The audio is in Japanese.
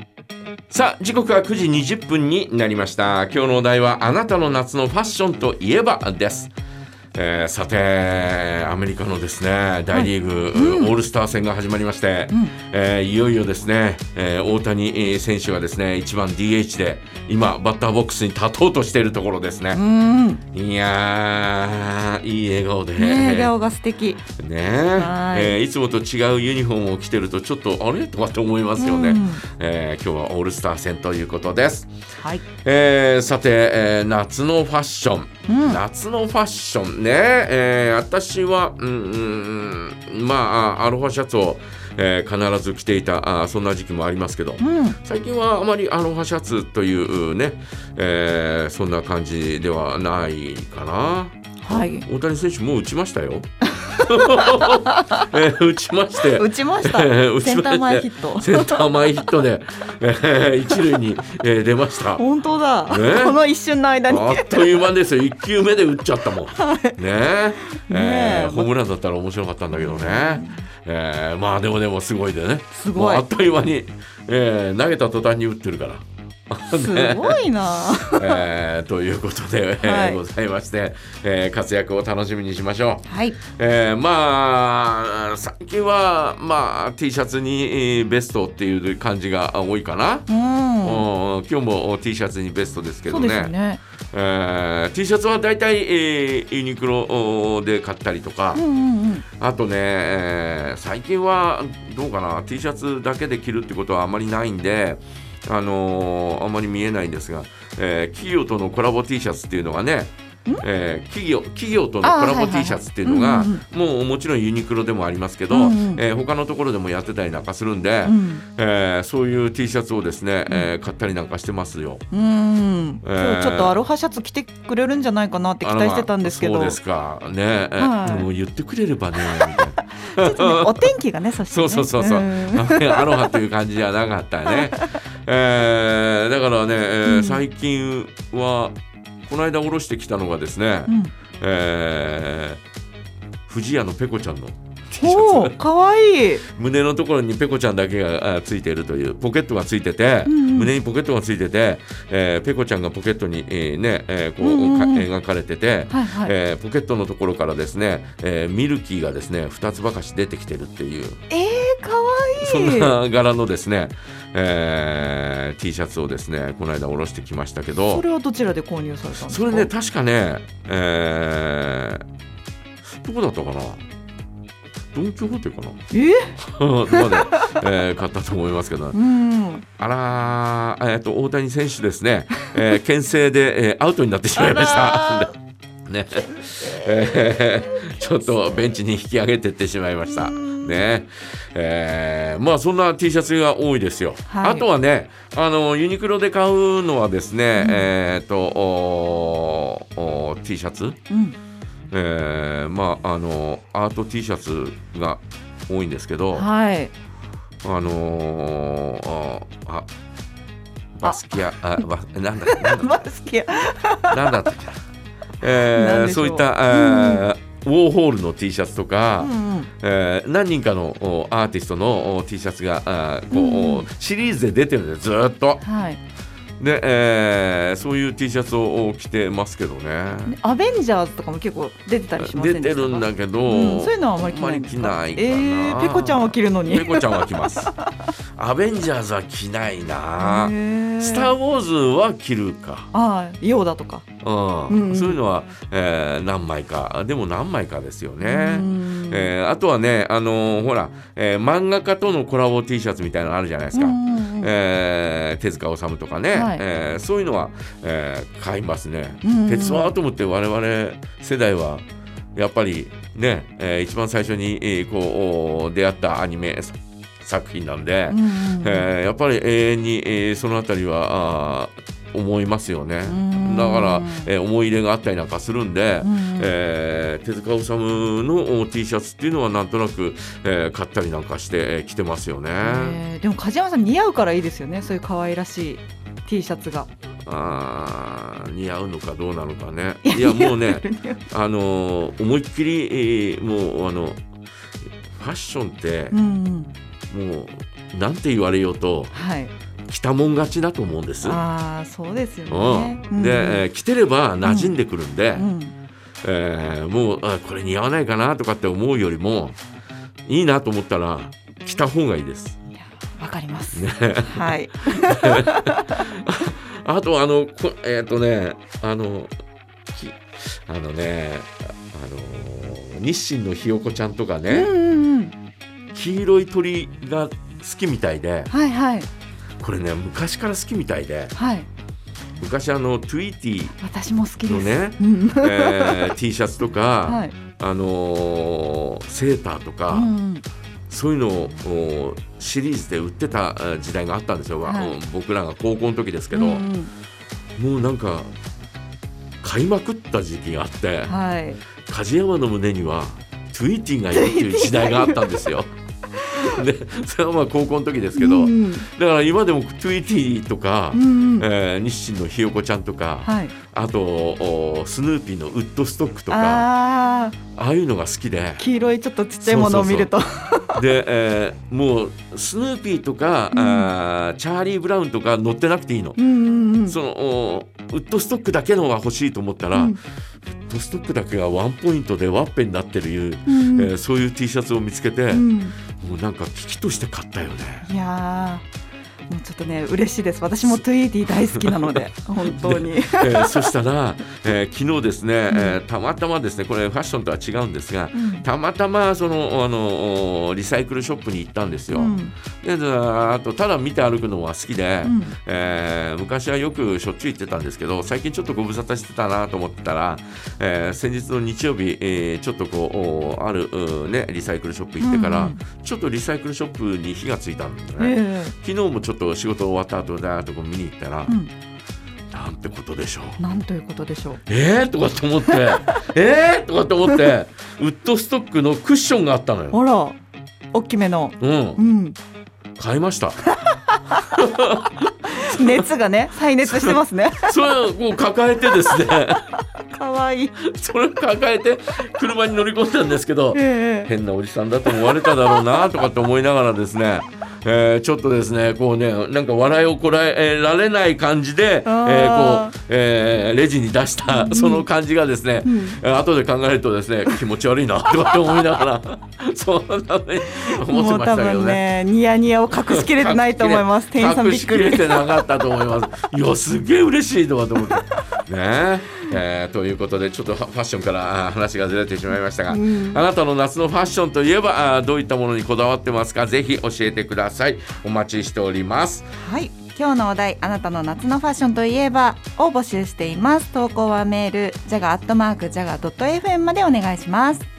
さあ時刻は9時20分になりました。今日のお題はあなたの夏のファッションといえばです。さてアメリカのですね大リーグ、オールスター戦が始まりまして、いよいよですね、大谷選手がですね1番 DH で今バッターボックスに立とうとしているところですね。いやーいい笑顔で、 笑顔が素敵ね、いつもと違うユニフォームを着てるとちょっとあれとかって思いますよね。今日はオールスター戦ということです。 はい。 さて、夏のファッション、夏のファッションね、私はアロハシャツを、必ず着ていたそんな時期もありますけど、最近はあまりアロハシャツというね、そんな感じではないかな。はい、大谷選手もう打ちましたよ打ちましたセンター前ヒットで、一塁に、出ました。 本当だ、この一瞬の間にあっという間ですよ。1球目で打っちゃったもん、ホームランだったら面白かったんだけどね、まあでもすごいでね、もうあっという間に、投げた途端に打ってるからすごいな、 ということで、ございまして、活躍を楽しみにしましょう。はい。最近は、T シャツにベストっていう感じが多いかな。今日も T シャツにベストですけどね。そうですね。T シャツはだいたいユニクロで買ったりとか、あとね、最近はどうかな、 T シャツだけで着るってことはあまりないんで、あんまり見えないんですが、企業とのコラボ T シャツっていうのがね、企業とのコラボ T シャツっていうのが、もちろんユニクロでもありますけど、他のところでもやってたりなんかするんで、そういう T シャツをですね、買ったりなんかしてますよ。今日ちょっとアロハシャツ着てくれるんじゃないかなって期待してたんですけど。 そうですかね、もう言ってくれればねみたいなちょっとね、お天気がね、そしてね、 そうアロハという感じじゃなかったね。だからね、最近はこの間おろしてきたのがですね、藤屋のペコちゃんの T シャツ。かわいい。胸のところにペコちゃんだけがついているというポケットがついてて、胸にポケットがついてて、ペコちゃんがポケットに、描かれてて、ポケットのところからですね、ミルキーがですね2つばかし出てきてるっていう、かわいい。そんな柄のですね、T シャツをですねこの間おろしてきましたけど。それはどちらで購入されたんですか？それね、確かね、どこだったかな、ドン・キホーテかなで、買ったと思いますけど、大谷選手ですね、牽制で、アウトになってしまいましたね、ちょっとベンチに引き上げてってしまいましたね。そんな T シャツが多いですよ。あとはね、ユニクロで買うのはですね、T シャツ、アート T シャツが多いんですけど、バスキアなんだったっけ、そういった、ウォーホールの T シャツとか、何人かのアーティストの T シャツがシリーズで出てるんですずっと。で、そういう T シャツを着てますけどね。アベンジャーズとかも結構出てたりしませんでしたか？出てるんだけど、そういうのはあまり着ないんですか？ペコちゃんは着るのに。ペコちゃんは着ますアベンジャーズは着ないな。スター・ウォーズは着るか。ヨーダとか、そういうのは、何枚かですよね。あとはね、ほら、漫画家とのコラボ T シャツみたいなのあるじゃないですか。手塚治虫とかね、そういうのは、買いますね。鉄腕アトムって我々世代はやっぱりね、一番最初に、出会ったアニメ作品なんで、やっぱり永遠に、そのあたりは思いますよね。だから、思い入れがあったりなんかするんで、手塚治虫の T シャツっていうのはなんとなく、買ったりなんかして、着てますよね。 でも梶山さん似合うからいいですよね、そういう可愛らしい T シャツが。 似合うのかどうなのかね。いやもうね思いっきり、もうファッションって、もうなんて言われようと、 着たもん勝ちだと思うんです。 そうですよね、 で、着てれば馴染んでくるんで、もうこれ似合わないかなとかって思うよりもいいなと思ったら着た方がいいです。 わかります、 ね、 はい。 あと日清のひよこちゃんとかね、黄色い鳥が好きみたいで、これね昔から好きみたいで、昔トゥイティ私も好きのね、T シャツとか、セーターとか、そういうのをシリーズで売ってた時代があったんですよ、僕らが高校の時ですけど、もうなんか買いまくった時期があって、梶山の胸にはトゥイティがいるっていう時代があったんですよ。でそれはまあ高校の時ですけど、だから今でもトゥイティとか、日清のひよこちゃんとか、あとスヌーピーのウッドストックとか、ああいうのが好きで、 黄色いちょっとちっちゃいものを見るとで、もうスヌーピーとか、チャーリー・ブラウンとか乗ってなくていいの、そのウッドストックだけのが欲しいと思ったら、ウッドストックだけがワンポイントでワッペンになってる、そういう T シャツを見つけて、もうなんか危機として買ったよね。 いやもうちょっとね嬉しいです。私もトゥイティ大好きなので本当に、 そしたら、昨日ですね、たまたまですね、これファッションとは違うんですが、たまたまそのリサイクルショップに行ったんですよ、であとただ見て歩くのは好きで、昔はよくしょっちゅう行ってたんですけど、最近ちょっとご無沙汰してたなと思ってたら、先日の日曜日、ちょっとこうある、リサイクルショップ行ってから、ちょっとリサイクルショップに火がついたんですね、昨日もちょっと仕事終わった後だとこ見に行ったら、なんてことでしょう。 なんということでしょう。 とかと思ってとかと思ってウッドストックのクッションがあったのよ。 あら、大きめの、 買いました。 熱がね再熱してますね。 それをこう抱えてですねかわいい。 それを抱えて車に乗り込んだんですけど、変なおじさんだと思われただろうなとかって思いながらですね、ちょっとですねこうねなんか笑いをこらえられない感じで、レジに出したその感じがですね、後で考えるとですね気持ち悪いなとかって思いながらそんなね思ってましたけどね。もう多分ねニヤニヤを隠しきれてないと思います。店員さんびっくり。 隠しきれてなかったと思います。いやすげえ嬉しいとかと思ってね。ということでちょっとファッションから話がずれてしまいましたが、あなたの夏のファッションといえばどういったものにこだわってますか、ぜひ教えてください。お待ちしております。 はい、今日のお題あなたの夏のファッションといえばを募集しています。投稿はメールjaga@jaga.fm までお願いします。